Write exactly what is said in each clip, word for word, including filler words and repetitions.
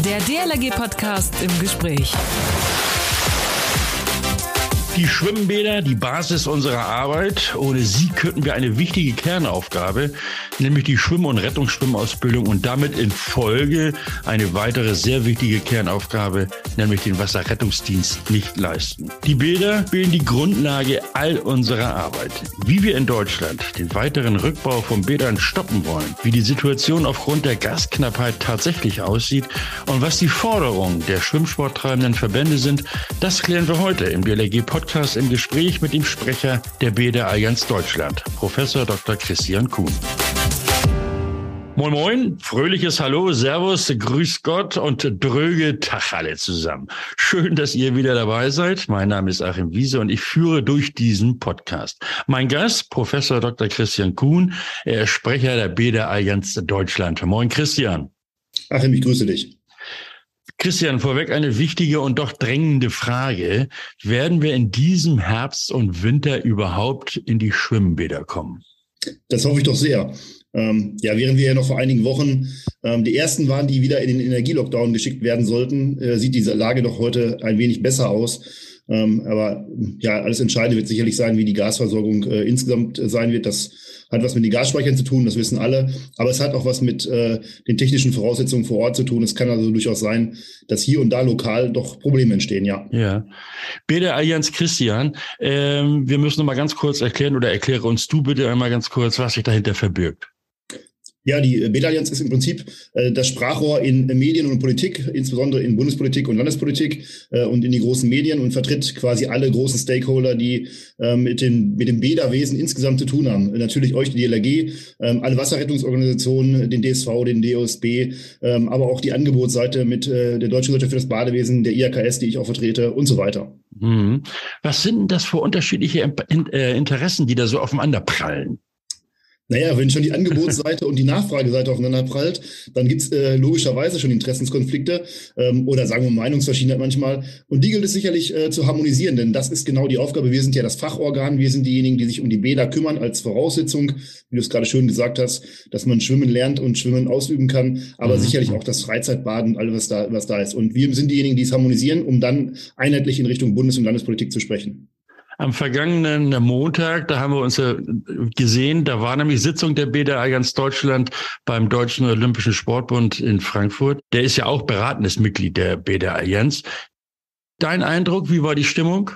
Der D L R G-Podcast im Gespräch. Die Schwimmbäder, die Basis unserer Arbeit. Ohne sie könnten wir eine wichtige Kernaufgabe, nämlich die Schwimm- und Rettungsschwimmausbildung und damit in Folge eine weitere sehr wichtige Kernaufgabe, nämlich den Wasserrettungsdienst, nicht leisten. Die Bäder bilden die Grundlage all unserer Arbeit. Wie wir in Deutschland den weiteren Rückbau von Bädern stoppen wollen, wie die Situation aufgrund der Gasknappheit tatsächlich aussieht und was die Forderungen der schwimmsporttreibenden Verbände sind, das klären wir heute im D L R G-Podcast im Gespräch mit dem Sprecher der Bäderallianz Deutschland, Professor Doktor Christian Kuhn. Moin Moin, fröhliches Hallo, Servus, Grüß Gott und dröge Tag alle zusammen. Schön, dass ihr wieder dabei seid. Mein Name ist Achim Wiese und ich führe durch diesen Podcast. Mein Gast, Professor Doktor Christian Kuhn, er ist Sprecher der Bäderallianz Deutschland. Moin Christian. Achim, ich grüße dich. Christian, vorweg eine wichtige und doch drängende Frage. Werden wir in diesem Herbst und Winter überhaupt in die Schwimmbäder kommen? Das hoffe ich doch sehr. Ähm, ja, während wir ja noch vor einigen Wochen ähm, die ersten waren, die wieder in den Energielockdown geschickt werden sollten, äh, sieht diese Lage doch heute ein wenig besser aus. Ähm, aber ja, alles Entscheidende wird sicherlich sein, wie die Gasversorgung äh, insgesamt äh, sein wird. Das hat was mit den Gasspeichern zu tun, das wissen alle. Aber es hat auch was mit äh, den technischen Voraussetzungen vor Ort zu tun. Es kann also durchaus sein, dass hier und da lokal doch Probleme entstehen, ja. Ja. Bäderallianz Christian, ähm, wir müssen noch mal ganz kurz erklären oder erkläre uns du bitte einmal ganz kurz, was sich dahinter verbirgt. Ja, die Bäderallianz ist im Prinzip äh, das Sprachrohr in äh, Medien und Politik, insbesondere in Bundespolitik und Landespolitik äh, und in die großen Medien und vertritt quasi alle großen Stakeholder, die äh, mit, den, mit dem Bäderwesen insgesamt zu tun haben. Natürlich euch, die D L R G, äh, alle Wasserrettungsorganisationen, den D S V, den D O S B, äh, aber auch die Angebotsseite mit äh, der Deutschen Gesellschaft für das Badewesen, der I H K S, die ich auch vertrete und so weiter. Mhm. Was sind denn das für unterschiedliche Interessen, die da so aufeinander prallen? Naja, wenn schon die Angebotsseite und die Nachfrageseite aufeinander prallt, dann gibt's äh, logischerweise schon Interessenskonflikte ähm, oder sagen wir Meinungsverschiedenheit manchmal. Und die gilt es sicherlich äh, zu harmonisieren, denn das ist genau die Aufgabe. Wir sind ja das Fachorgan, wir sind diejenigen, die sich um die Bäder kümmern als Voraussetzung, wie du es gerade schön gesagt hast, dass man Schwimmen lernt und Schwimmen ausüben kann, aber mhm. sicherlich auch das Freizeitbaden und alles, was da, was da ist. Und wir sind diejenigen, die es harmonisieren, um dann einheitlich in Richtung Bundes- und Landespolitik zu sprechen. Am vergangenen Montag, da haben wir uns ja gesehen, da war nämlich Sitzung der Bäderallianz Deutschland beim Deutschen Olympischen Sportbund in Frankfurt. Der ist ja auch beratendes Mitglied der Bäderallianz. Dein Eindruck, wie war die Stimmung?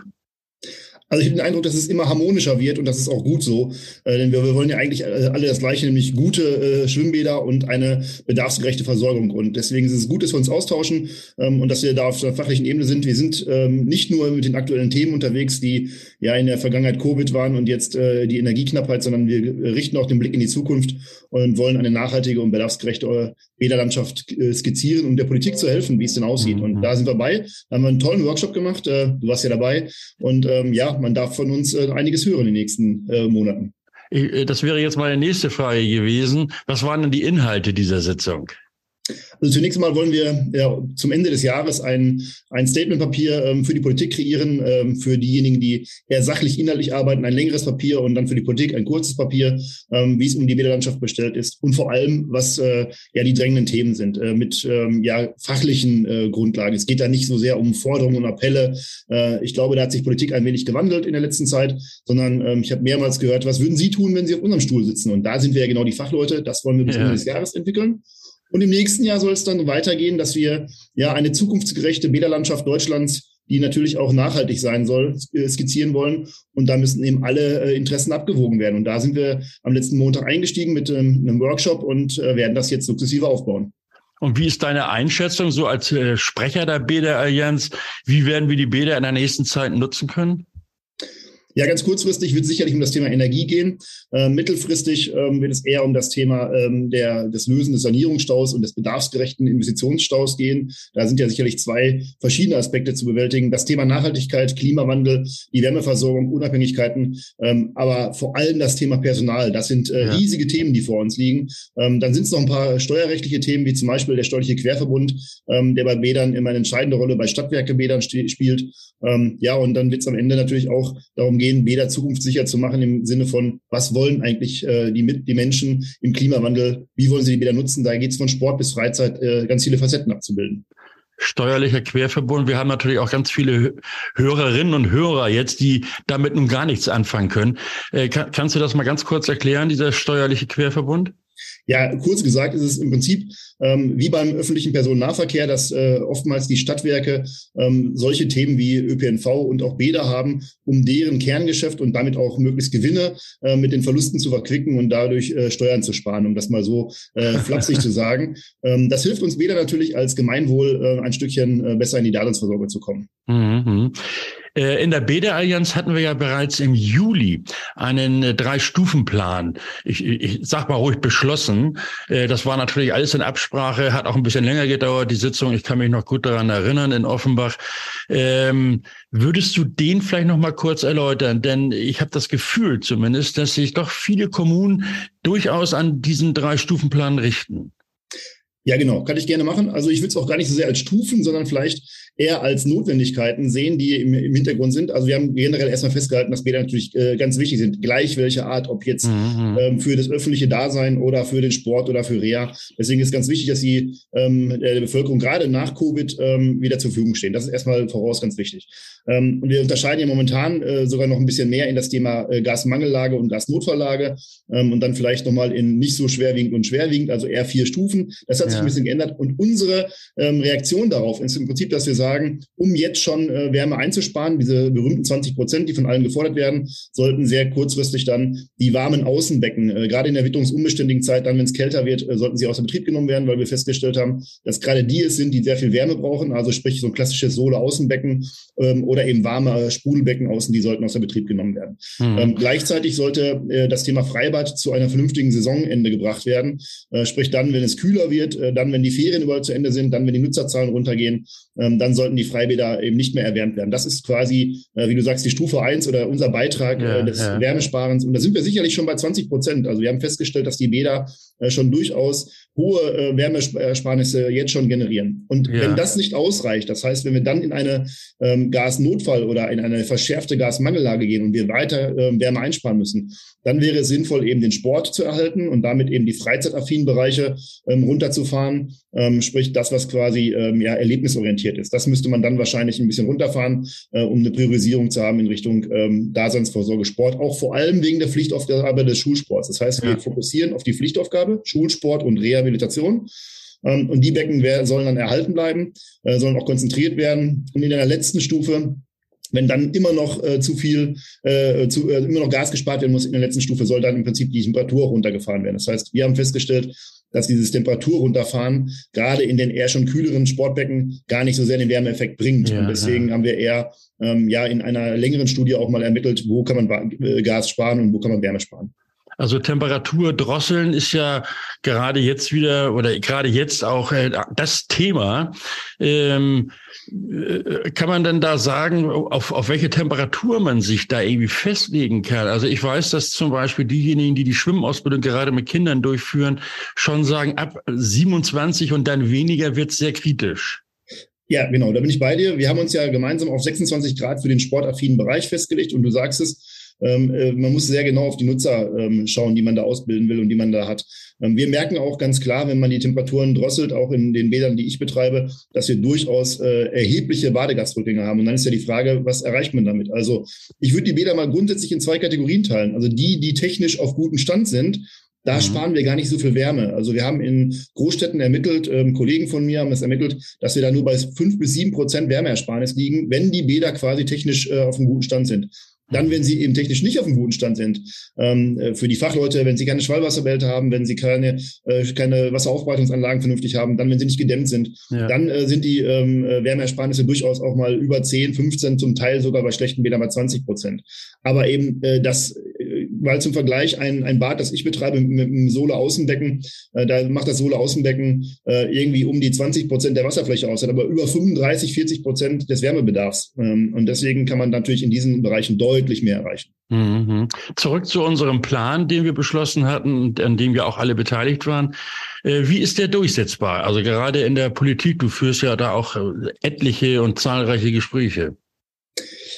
Also ich habe den Eindruck, dass es immer harmonischer wird und das ist auch gut so, äh, denn wir, wir wollen ja eigentlich alle das Gleiche, nämlich gute äh, Schwimmbäder und eine bedarfsgerechte Versorgung und deswegen ist es gut, dass wir uns austauschen ähm, und dass wir da auf der fachlichen Ebene sind. Wir sind ähm, nicht nur mit den aktuellen Themen unterwegs, die ja in der Vergangenheit Covid waren und jetzt äh, die Energieknappheit, sondern wir richten auch den Blick in die Zukunft und wollen eine nachhaltige und bedarfsgerechte Bäderlandschaft äh, skizzieren, um der Politik zu helfen, wie es denn aussieht. Mhm. Und da sind wir bei. Da haben wir einen tollen Workshop gemacht, äh, du warst ja dabei und ähm, ja, man darf von uns äh, einiges hören in den nächsten äh, Monaten. Das wäre jetzt meine nächste Frage gewesen. Was waren denn die Inhalte dieser Sitzung? Also zunächst mal wollen wir ja, zum Ende des Jahres ein, ein Statementpapier ähm, für die Politik kreieren, ähm, für diejenigen, die eher sachlich inhaltlich arbeiten, ein längeres Papier und dann für die Politik ein kurzes Papier, ähm, wie es um die Bäderlandschaft bestellt ist und vor allem, was äh, ja die drängenden Themen sind, äh, mit ähm, ja fachlichen äh, Grundlagen. Es geht da nicht so sehr um Forderungen und Appelle. Äh, ich glaube, da hat sich Politik ein wenig gewandelt in der letzten Zeit, sondern ähm, ich habe mehrmals gehört, was würden Sie tun, wenn Sie auf unserem Stuhl sitzen? Und da sind wir ja genau die Fachleute. Das wollen wir bis ja. Ende des Jahres entwickeln. Und im nächsten Jahr soll es dann weitergehen, dass wir ja eine zukunftsgerechte Bäderlandschaft Deutschlands, die natürlich auch nachhaltig sein soll, skizzieren wollen. Und da müssen eben alle äh, Interessen abgewogen werden. Und da sind wir am letzten Montag eingestiegen mit ähm, einem Workshop und äh, werden das jetzt sukzessive aufbauen. Und wie ist deine Einschätzung so als äh, Sprecher der Bäderallianz? Wie werden wir die Bäder in der nächsten Zeit nutzen können? Ja, ganz kurzfristig wird es sicherlich um das Thema Energie gehen. Äh, mittelfristig ähm, wird es eher um das Thema ähm, der, des Lösen des Sanierungsstaus und des bedarfsgerechten Investitionsstaus gehen. Da sind ja sicherlich zwei verschiedene Aspekte zu bewältigen. Das Thema Nachhaltigkeit, Klimawandel, die Wärmeversorgung, Unabhängigkeiten, ähm, aber vor allem das Thema Personal. Das sind äh, ja. riesige Themen, die vor uns liegen. Ähm, dann sind es noch ein paar steuerrechtliche Themen, wie zum Beispiel der Steuerliche Querverbund, ähm, der bei Bädern immer eine entscheidende Rolle bei Stadtwerkebädern st- spielt. Ähm, ja, und dann wird es am Ende natürlich auch darum gehen, Bäder zukunftssicher zu machen im Sinne von, was wollen eigentlich äh, die, die Menschen im Klimawandel, wie wollen sie die Bäder nutzen? Da geht es von Sport bis Freizeit, äh, ganz viele Facetten abzubilden. Steuerlicher Querverbund. Wir haben natürlich auch ganz viele Hörerinnen und Hörer jetzt, die damit nun gar nichts anfangen können. Äh, kann, kannst du das mal ganz kurz erklären, dieser steuerliche Querverbund? Ja, kurz gesagt ist es im Prinzip ähm, wie beim öffentlichen Personennahverkehr, dass äh, oftmals die Stadtwerke ähm, solche Themen wie Ö P N V und auch Bäder haben, um deren Kerngeschäft und damit auch möglichst Gewinne äh, mit den Verlusten zu verquicken und dadurch äh, Steuern zu sparen, um das mal so äh, flapsig zu sagen. Ähm, das hilft uns Bäder natürlich als Gemeinwohl äh, ein Stückchen äh, besser in die Daseinsvorsorge zu kommen. Mhm. In der Bäderallianz hatten wir ja bereits im Juli einen Drei-Stufen-Plan. Ich, ich sag mal ruhig beschlossen. Das war natürlich alles in Absprache, hat auch ein bisschen länger gedauert, die Sitzung. Ich kann mich noch gut daran erinnern in Offenbach. Ähm, würdest du den vielleicht noch mal kurz erläutern? Denn ich habe das Gefühl zumindest, dass sich doch viele Kommunen durchaus an diesen Drei-Stufen-Plan richten. Ja, genau, kann ich gerne machen. Also ich würde es auch gar nicht so sehr als Stufen, sondern vielleicht eher als Notwendigkeiten sehen, die im, im Hintergrund sind. Also wir haben generell erstmal festgehalten, dass Bäder natürlich äh, ganz wichtig sind, gleich welche Art, ob jetzt mhm. ähm, für das öffentliche Dasein oder für den Sport oder für Reha. Deswegen ist ganz wichtig, dass sie ähm, der Bevölkerung gerade nach Covid ähm, wieder zur Verfügung stehen. Das ist erstmal voraus ganz wichtig. Ähm, und wir unterscheiden ja momentan äh, sogar noch ein bisschen mehr in das Thema äh, Gasmangellage und Gasnotfalllage ähm, und dann vielleicht nochmal in nicht so schwerwiegend und schwerwiegend, also eher vier Stufen. Das hat sich ja ein bisschen geändert. Und unsere ähm, Reaktion darauf ist im Prinzip, dass wir sagen, um jetzt schon äh, Wärme einzusparen, diese berühmten zwanzig Prozent, die von allen gefordert werden, sollten sehr kurzfristig dann die warmen Außenbecken, äh, gerade in der witterungsunbeständigen Zeit, dann, wenn es kälter wird, äh, sollten sie außer Betrieb genommen werden, weil wir festgestellt haben, dass gerade die es sind, die sehr viel Wärme brauchen, also sprich so ein klassisches Sohle-Außenbecken ähm, oder eben warme äh, Sprudelbecken außen, die sollten außer Betrieb genommen werden. Mhm. Ähm, gleichzeitig sollte äh, das Thema Freibad zu einer vernünftigen Saisonende gebracht werden, äh, sprich dann, wenn es kühler wird, äh, dann, wenn die Ferien überall zu Ende sind, dann, wenn die Nutzerzahlen runtergehen, ähm, dann sollten die Freibäder eben nicht mehr erwärmt werden. Das ist quasi, äh, wie du sagst, die Stufe eins oder unser Beitrag ja, äh, des ja. Wärmesparens. Und da sind wir sicherlich schon bei zwanzig Prozent. Also wir haben festgestellt, dass die Bäder äh, schon durchaus hohe äh, Wärmesparnisse jetzt schon generieren. Und ja. wenn das nicht ausreicht, das heißt, wenn wir dann in eine ähm, Gasnotfall oder in eine verschärfte Gasmangellage gehen und wir weiter äh, Wärme einsparen müssen, dann wäre es sinnvoll, eben den Sport zu erhalten und damit eben die freizeitaffinen Bereiche ähm, runterzufahren, ähm, sprich das, was quasi ähm, ja erlebnisorientiert ist. Das müsste man dann wahrscheinlich ein bisschen runterfahren, äh, um eine Priorisierung zu haben in Richtung ähm, Daseinsvorsorge Sport, auch vor allem wegen der Pflichtaufgabe des Schulsports. Das heißt, wir ja. fokussieren auf die Pflichtaufgabe, Schulsport und Rehabilitation. Ähm, und die Becken wär, sollen dann erhalten bleiben, äh, sollen auch konzentriert werden. Und in der letzten Stufe, wenn dann immer noch äh, zu viel, äh, zu, äh, immer noch Gas gespart werden muss in der letzten Stufe, soll dann im Prinzip die Temperatur runtergefahren werden. Das heißt, wir haben festgestellt, dass dieses Temperatur runterfahren gerade in den eher schon kühleren Sportbecken gar nicht so sehr den Wärmeeffekt bringt. Ja, und deswegen ja. haben wir eher ähm, ja in einer längeren Studie auch mal ermittelt, wo kann man äh, Gas sparen und wo kann man Wärme sparen. Also Temperatur drosseln ist ja gerade jetzt wieder oder gerade jetzt auch äh, das Thema. Ähm, äh, kann man denn da sagen, auf, auf welche Temperatur man sich da irgendwie festlegen kann? Also ich weiß, dass zum Beispiel diejenigen, die die Schwimmausbildung gerade mit Kindern durchführen, schon sagen, ab siebenundzwanzig und dann weniger wird es sehr kritisch. Ja, genau, da bin ich bei dir. Wir haben uns ja gemeinsam auf sechsundzwanzig Grad für den sportaffinen Bereich festgelegt und du sagst es, Ähm, äh, man muss sehr genau auf die Nutzer ähm, schauen, die man da ausbilden will und die man da hat. Ähm, wir merken auch ganz klar, wenn man die Temperaturen drosselt, auch in den Bädern, die ich betreibe, dass wir durchaus äh, erhebliche Badegastdrückgänge haben. Und dann ist ja die Frage, was erreicht man damit? Also ich würde die Bäder mal grundsätzlich in zwei Kategorien teilen. Also die, die technisch auf gutem Stand sind, da mhm. sparen wir gar nicht so viel Wärme. Also wir haben in Großstädten ermittelt, ähm, Kollegen von mir haben das ermittelt, dass wir da nur bei fünf bis sieben Prozent Wärmeersparnis liegen, wenn die Bäder quasi technisch äh, auf einem guten Stand sind. Dann, wenn sie eben technisch nicht auf einem guten Stand sind, ähm, für die Fachleute, wenn sie keine Schwallwasserbehälter haben, wenn sie keine, äh, keine Wasseraufbereitungsanlagen vernünftig haben, dann, wenn sie nicht gedämmt sind, ja. dann äh, sind die ähm, Wärmeersparnisse durchaus auch mal über zehn, fünfzehn, zum Teil sogar bei schlechten Bädern bei zwanzig Prozent. Aber eben äh, das, äh, weil zum Vergleich ein, ein Bad, das ich betreibe mit, mit einem Sohle-Außenbecken, äh, da macht das Sohle-Außenbecken äh, irgendwie um die zwanzig Prozent der Wasserfläche aus, hat aber über fünfunddreißig, vierzig Prozent des Wärmebedarfs. Ähm, und deswegen kann man natürlich in diesen Bereichen deutlich deutlich mehr erreichen. Mhm. Zurück zu unserem Plan, den wir beschlossen hatten, an dem wir auch alle beteiligt waren. Wie ist der durchsetzbar? Also gerade in der Politik, du führst ja da auch etliche und zahlreiche Gespräche.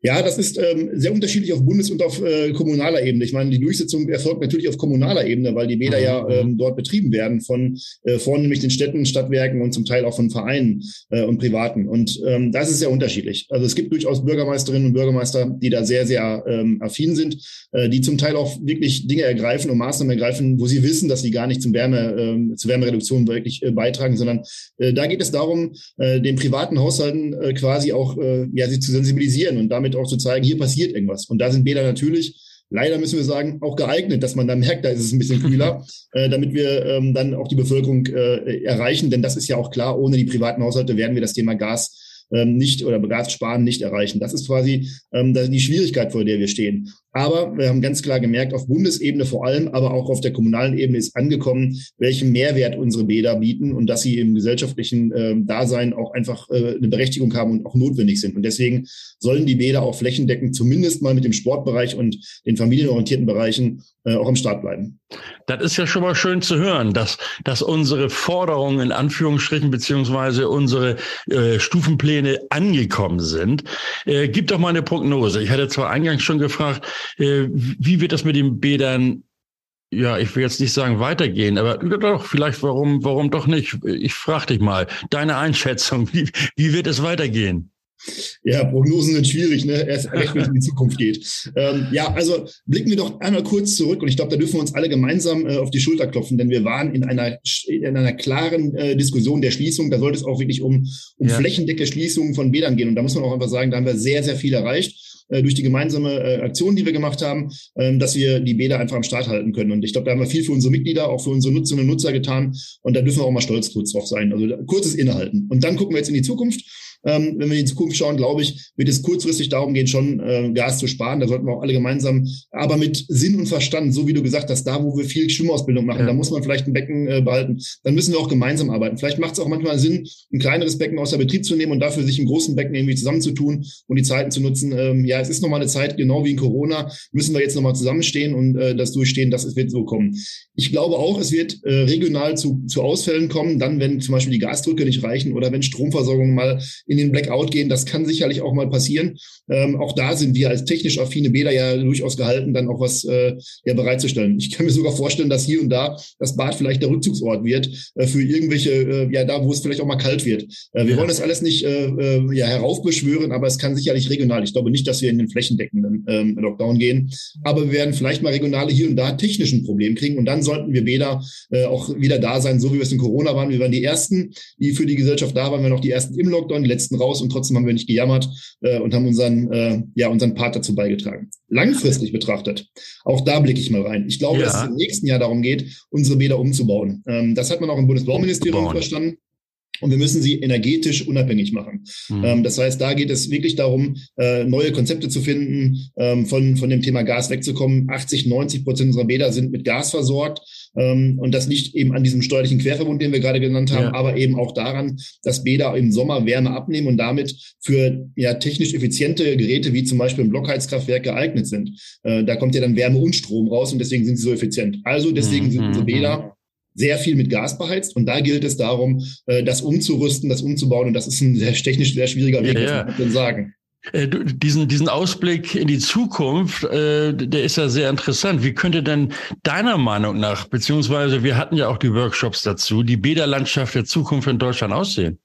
Ja, das ist ähm, sehr unterschiedlich auf Bundes- und auf äh, kommunaler Ebene. Ich meine, die Durchsetzung erfolgt natürlich auf kommunaler Ebene, weil die Bäder mhm. ja ähm, dort betrieben werden von äh, vornehmlich den Städten, Stadtwerken und zum Teil auch von Vereinen äh, und Privaten. Und ähm, das ist sehr unterschiedlich. Also es gibt durchaus Bürgermeisterinnen und Bürgermeister, die da sehr, sehr ähm, affin sind, äh, die zum Teil auch wirklich Dinge ergreifen und Maßnahmen ergreifen, wo sie wissen, dass sie gar nicht zum Wärme, äh, zur Wärmereduktion wirklich äh, beitragen, sondern äh, da geht es darum, äh, den privaten Haushalten äh, quasi auch äh, ja, sie zu sensibilisieren und damit auch zu zeigen, hier passiert irgendwas. Und da sind Bäder natürlich, leider müssen wir sagen, auch geeignet, dass man dann merkt, da ist es ein bisschen kühler, äh, damit wir ähm, dann auch die Bevölkerung äh, erreichen. Denn das ist ja auch klar, ohne die privaten Haushalte werden wir das Thema Gas ähm, nicht oder Gas sparen nicht erreichen. Das ist quasi ähm, die Schwierigkeit, vor der wir stehen. Aber wir haben ganz klar gemerkt, auf Bundesebene vor allem, aber auch auf der kommunalen Ebene ist angekommen, welchen Mehrwert unsere Bäder bieten und dass sie im gesellschaftlichen äh, Dasein auch einfach äh, eine Berechtigung haben und auch notwendig sind. Und deswegen sollen die Bäder auch flächendeckend zumindest mal mit dem Sportbereich und den familienorientierten Bereichen äh, auch am Start bleiben. Das ist ja schon mal schön zu hören, dass, dass unsere Forderungen in Anführungsstrichen beziehungsweise unsere äh, Stufenpläne angekommen sind. Äh, gib doch mal eine Prognose. Ich hatte zwar eingangs schon gefragt, äh, wie wird das mit den Bädern, ja, ich will jetzt nicht sagen weitergehen, aber doch, vielleicht warum, warum doch nicht? Ich frage dich mal, deine Einschätzung, wie, wie wird es weitergehen? Ja, Prognosen sind schwierig, ne? Erst recht, wenn es in die Zukunft geht. Ähm, ja, also blicken wir doch einmal kurz zurück und ich glaube, da dürfen wir uns alle gemeinsam äh, auf die Schulter klopfen, denn wir waren in einer in einer klaren äh, Diskussion der Schließung. Da sollte es auch wirklich um, um ja. flächendeckende Schließungen von Bädern gehen. Und da muss man auch einfach sagen, da haben wir sehr, sehr viel erreicht äh, durch die gemeinsame äh, Aktion, die wir gemacht haben, äh, dass wir die Bäder einfach am Start halten können. Und ich glaube, da haben wir viel für unsere Mitglieder, auch für unsere Nutzerinnen und Nutzer getan. Und da dürfen wir auch mal stolz kurz drauf sein. Also kurzes Innehalten. Und dann gucken wir jetzt in die Zukunft. Ähm, wenn wir in die Zukunft schauen, glaube ich, wird es kurzfristig darum gehen, schon äh, Gas zu sparen. Da sollten wir auch alle gemeinsam, aber mit Sinn und Verstand, so wie du gesagt hast, da wo wir viel Schwimmausbildung machen, ja. da muss man vielleicht ein Becken äh, behalten. Dann müssen wir auch gemeinsam arbeiten. Vielleicht macht es auch manchmal Sinn, ein kleineres Becken aus der Betrieb zu nehmen und dafür sich im großen Becken irgendwie zusammenzutun und die Zeiten zu nutzen. Ähm, ja, es ist nochmal eine Zeit, genau wie in Corona, müssen wir jetzt nochmal zusammenstehen und äh, das durchstehen, dass es wird so kommen. Ich glaube auch, es wird äh, regional zu, zu Ausfällen kommen, dann, wenn zum Beispiel die Gasdrücke nicht reichen oder wenn Stromversorgung mal in den Blackout gehen, das kann sicherlich auch mal passieren. Ähm, auch da sind wir als technisch affine Bäder ja durchaus gehalten, dann auch was äh, ja, bereitzustellen. Ich kann mir sogar vorstellen, dass hier und da das Bad vielleicht der Rückzugsort wird äh, für irgendwelche, äh, ja da, wo es vielleicht auch mal kalt wird. Äh, wir ja. wollen das alles nicht äh, äh, ja, heraufbeschwören, aber es kann sicherlich regional. Ich glaube nicht, dass wir in den flächendeckenden ähm, Lockdown gehen, aber wir werden vielleicht mal regionale hier und da technischen Problem kriegen und dann sollten wir Bäder äh, auch wieder da sein, so wie wir es in Corona waren. Wir waren die Ersten, die für die Gesellschaft da waren, wir waren auch die Ersten im Lockdown, die Letzten raus und trotzdem haben wir nicht gejammert äh, und haben unseren, äh, ja, unseren Part dazu beigetragen. Langfristig betrachtet, auch da blicke ich mal rein. Ich glaube, ja. dass es im nächsten Jahr darum geht, unsere Bäder umzubauen. Ähm, das hat man auch im Bundesbauministerium verstanden. Und wir müssen sie energetisch unabhängig machen. Mhm. Ähm, das heißt, da geht es wirklich darum, äh, neue Konzepte zu finden, ähm, von, von dem Thema Gas wegzukommen. achtzig, neunzig Prozent unserer Bäder sind mit Gas versorgt. Ähm, und das liegt eben an diesem steuerlichen Querverbund, den wir gerade genannt haben, ja. aber eben auch daran, dass Bäder im Sommer Wärme abnehmen und damit für ja technisch effiziente Geräte wie zum Beispiel ein Blockheizkraftwerk geeignet sind. Äh, da kommt ja dann Wärme und Strom raus und deswegen sind sie so effizient. Also deswegen mhm. sind unsere Bäder sehr viel mit Gas beheizt und da gilt es darum, das umzurüsten, das umzubauen und das ist ein sehr technisch sehr schwieriger Weg, ja, muss man ja. sagen. Äh, diesen, diesen Ausblick in die Zukunft, äh, der ist ja sehr interessant. Wie könnte denn deiner Meinung nach, beziehungsweise wir hatten ja auch die Workshops dazu, die Bäderlandschaft der Zukunft in Deutschland aussehen?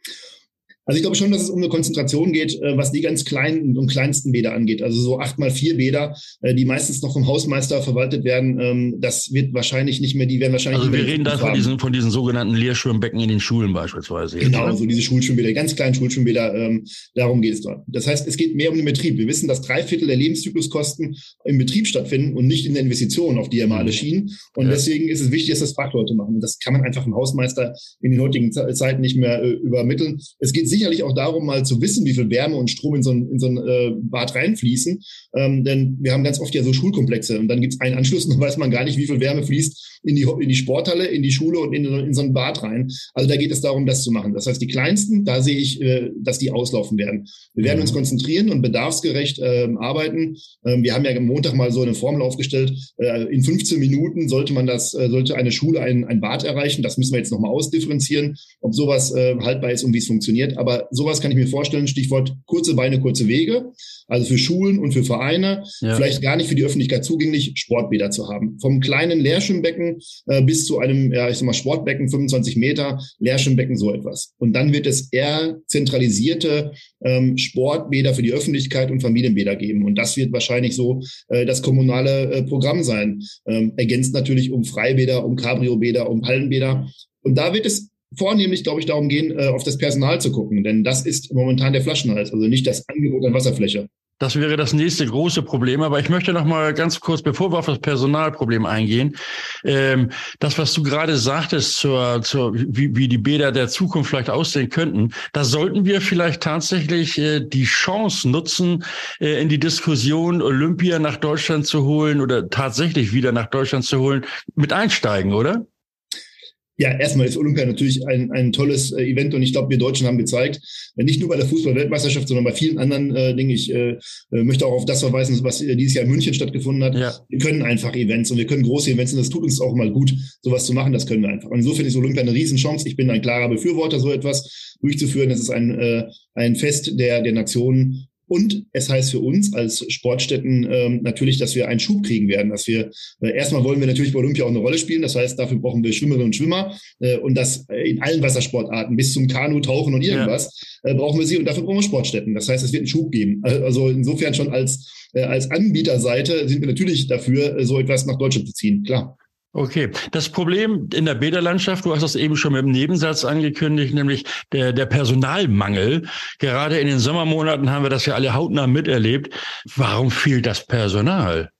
Also ich glaube schon, dass es um eine Konzentration geht, was die ganz kleinen und kleinsten Bäder angeht. Also so acht mal vier Bäder, die meistens noch vom Hausmeister verwaltet werden. Das wird wahrscheinlich nicht mehr, die werden wahrscheinlich Also nicht mehr. Also wir reden da von diesen, von diesen sogenannten Leerschwimmbecken in den Schulen beispielsweise. Genau, oder? So diese Schulschwimmbäder, ganz kleinen Schulschwimmbäder, ähm, darum geht es dort. Das heißt, es geht mehr um den Betrieb. Wir wissen, dass drei Viertel der Lebenszykluskosten im Betrieb stattfinden und nicht in der Investition, auf die ja mal alle schienen. Und ja. deswegen ist es wichtig, dass das Fachleute machen. Und das kann man einfach im Hausmeister in den heutigen Zeiten nicht mehr äh, übermitteln. Es geht sicherlich auch darum, mal zu wissen, wie viel Wärme und Strom in so ein, in so ein äh, Bad reinfließen. Ähm, denn wir haben ganz oft ja so Schulkomplexe und dann gibt es einen Anschluss und dann weiß man gar nicht, wie viel Wärme fließt in die, in die Sporthalle, in die Schule und in, in so ein Bad rein. Also da geht es darum, das zu machen. Das heißt, die Kleinsten, da sehe ich, äh, dass die auslaufen werden. Wir werden uns konzentrieren und bedarfsgerecht äh, arbeiten. Ähm, wir haben ja am Montag mal so eine Formel aufgestellt. Äh, in fünfzehn Minuten sollte man das, äh, sollte eine Schule ein, ein Bad erreichen. Das müssen wir jetzt nochmal ausdifferenzieren, ob sowas äh, haltbar ist und wie es funktioniert. Aber aber sowas kann ich mir vorstellen, Stichwort kurze Beine, kurze Wege, also für Schulen und für Vereine, ja. vielleicht gar nicht für die Öffentlichkeit zugänglich, Sportbäder zu haben. Vom kleinen Leerschwimmbecken äh, bis zu einem, ja, ich sag mal, Sportbecken, fünfundzwanzig Meter, Leerschwimmbecken, so etwas. Und dann wird es eher zentralisierte ähm, Sportbäder für die Öffentlichkeit und Familienbäder geben. Und das wird wahrscheinlich so äh, das kommunale äh, Programm sein. Ähm, ergänzt natürlich um Freibäder, um Cabrio-Bäder, um Hallenbäder. Und da wird es vornehmlich, glaube ich, darum gehen, äh, auf das Personal zu gucken. Denn das ist momentan der Flaschenhals, also nicht das Angebot an Wasserfläche. Das wäre das nächste große Problem. Aber ich möchte noch mal ganz kurz, bevor wir auf das Personalproblem eingehen, ähm, das, was du gerade sagtest, zur, zur, wie, wie die Bäder der Zukunft vielleicht aussehen könnten, da sollten wir vielleicht tatsächlich äh, die Chance nutzen, äh, in die Diskussion Olympia nach Deutschland zu holen oder tatsächlich wieder nach Deutschland zu holen, mit einsteigen, oder? Ja, erstmal ist Olympia natürlich ein, ein tolles äh, Event und ich glaube, wir Deutschen haben gezeigt, äh, nicht nur bei der Fußball-Weltmeisterschaft, sondern bei vielen anderen äh, Dingen. Ich äh, möchte auch auf das verweisen, was äh, dieses Jahr in München stattgefunden hat. Ja. Wir können einfach Events und wir können große Events und das tut uns auch mal gut, sowas zu machen. Das können wir einfach. Und insofern ist Olympia eine Riesenchance. Ich bin ein klarer Befürworter, so etwas durchzuführen. Das ist ein, äh, ein Fest der, der Nationen. Und es heißt für uns als Sportstätten ähm, natürlich, dass wir einen Schub kriegen werden. Dass wir äh, erstmal wollen wir natürlich bei Olympia auch eine Rolle spielen. Das heißt, dafür brauchen wir Schwimmerinnen und Schwimmer äh, und das äh, in allen Wassersportarten bis zum Kanu, Tauchen und irgendwas ja. äh, brauchen wir sie und dafür brauchen wir Sportstätten. Das heißt, es wird einen Schub geben. Also insofern schon als äh, als Anbieterseite sind wir natürlich dafür, äh, so etwas nach Deutschland zu ziehen. Klar. Okay. Das Problem in der Bäderlandschaft, du hast das eben schon mit dem Nebensatz angekündigt, nämlich der, der Personalmangel. Gerade in den Sommermonaten haben wir das ja alle hautnah miterlebt. Warum fehlt das Personal?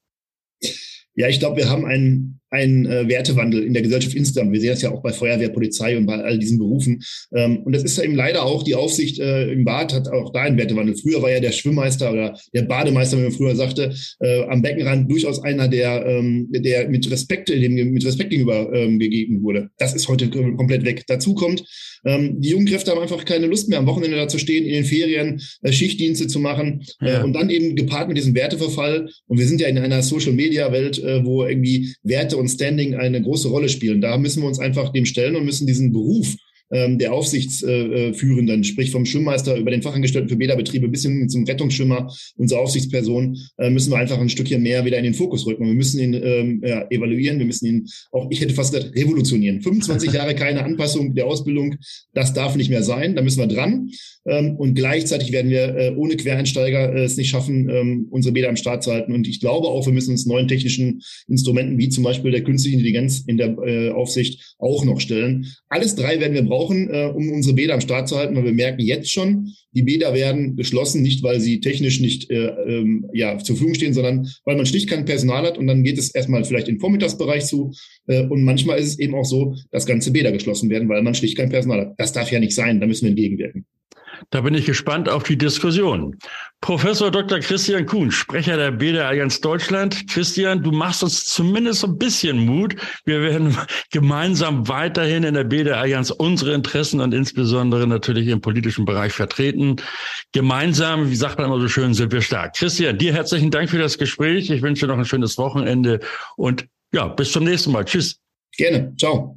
Ja, ich glaube, wir haben einen ein äh, Wertewandel in der Gesellschaft insgesamt. Wir sehen das ja auch bei Feuerwehr, Polizei und bei all diesen Berufen. Ähm, und das ist ja eben leider auch die Aufsicht äh, im Bad hat auch da einen Wertewandel. Früher war ja der Schwimmmeister oder der Bademeister, wie man früher sagte, äh, am Beckenrand durchaus einer, der ähm, der mit Respekt, dem mit Respekt gegenüber ähm, gegeben wurde. Das ist heute komplett weg. Dazu kommt, ähm, die jungen Kräfte haben einfach keine Lust mehr, am Wochenende da zu stehen, in den Ferien äh, Schichtdienste zu machen äh, ja. und dann eben gepaart mit diesem Werteverfall. Und wir sind ja in einer Social-Media-Welt, äh, wo irgendwie Werte und Standing eine große Rolle spielen. Da müssen wir uns einfach dem stellen und müssen diesen Beruf ähm, der Aufsichtsführenden, sprich vom Schwimmmeister über den Fachangestellten für Bäderbetriebe bis hin zum Rettungsschwimmer, unsere Aufsichtsperson, äh, müssen wir einfach ein Stückchen mehr wieder in den Fokus rücken. Und wir müssen ihn ähm, ja, evaluieren, wir müssen ihn auch, ich hätte fast gesagt, revolutionieren. fünfundzwanzig Jahre keine Anpassung der Ausbildung, das darf nicht mehr sein, da müssen wir dran. Ähm, und gleichzeitig werden wir äh, ohne Quereinsteiger äh, es nicht schaffen, ähm, unsere Bäder am Start zu halten. Und ich glaube auch, wir müssen uns neuen technischen Instrumenten, wie zum Beispiel der künstlichen Intelligenz in der äh, Aufsicht, auch noch stellen. Alles drei werden wir brauchen, äh, um unsere Bäder am Start zu halten, weil wir merken jetzt schon, die Bäder werden geschlossen, nicht weil sie technisch nicht äh, ähm, ja, zur Verfügung stehen, sondern weil man schlicht kein Personal hat und dann geht es erstmal vielleicht im Vormittagsbereich zu äh, und manchmal ist es eben auch so, dass ganze Bäder geschlossen werden, weil man schlicht kein Personal hat. Das darf ja nicht sein, da müssen wir entgegenwirken. Da bin ich gespannt auf die Diskussion. Professor Doktor Christian Kuhn, Sprecher der Bäderallianz Deutschland. Christian, du machst uns zumindest so ein bisschen Mut. Wir werden gemeinsam weiterhin in der Bäderallianz unsere Interessen und insbesondere natürlich im politischen Bereich vertreten. Gemeinsam, wie sagt man immer so schön, sind wir stark. Christian, dir herzlichen Dank für das Gespräch. Ich wünsche noch ein schönes Wochenende und ja, bis zum nächsten Mal. Tschüss. Gerne. Ciao.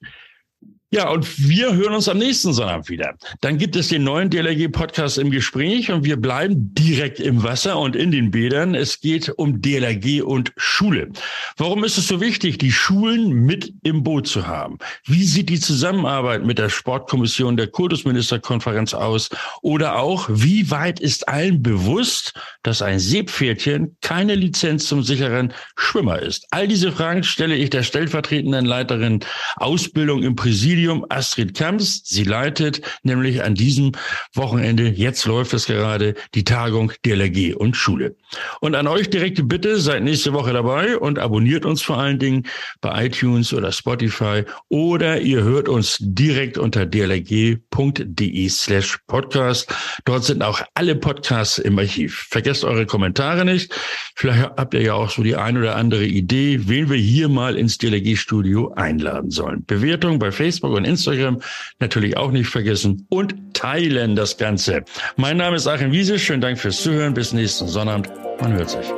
Ja, und wir hören uns am nächsten Sonntag wieder. Dann gibt es den neuen D L R G-Podcast im Gespräch und wir bleiben direkt im Wasser und in den Bädern. Es geht um D L R G und Schule. Warum ist es so wichtig, die Schulen mit im Boot zu haben? Wie sieht die Zusammenarbeit mit der Sportkommission der Kultusministerkonferenz aus? Oder auch, wie weit ist allen bewusst, dass ein Seepferdchen keine Lizenz zum sicheren Schwimmer ist? All diese Fragen stelle ich der stellvertretenden Leiterin Ausbildung im Präsidium, Astrid Kamps. Sie leitet nämlich an diesem Wochenende, jetzt läuft es gerade, die Tagung D L R G und Schule. Und an euch direkte Bitte, seid nächste Woche dabei und abonniert uns vor allen Dingen bei iTunes oder Spotify oder ihr hört uns direkt unter d l r g punkt d e slash podcast. Dort sind auch alle Podcasts im Archiv. Vergesst eure Kommentare nicht. Vielleicht habt ihr ja auch so die ein oder andere Idee, wen wir hier mal ins D L R G-Studio einladen sollen. Bewertung bei Facebook und Instagram natürlich auch nicht vergessen und teilen das Ganze. Mein Name ist Achim Wiese. Schönen Dank fürs Zuhören. Bis nächsten Sonnabend. Man hört sich.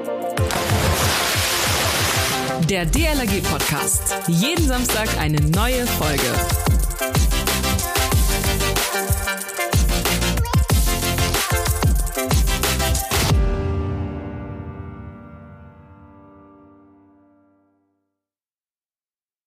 Der D L R G-Podcast. Jeden Samstag eine neue Folge.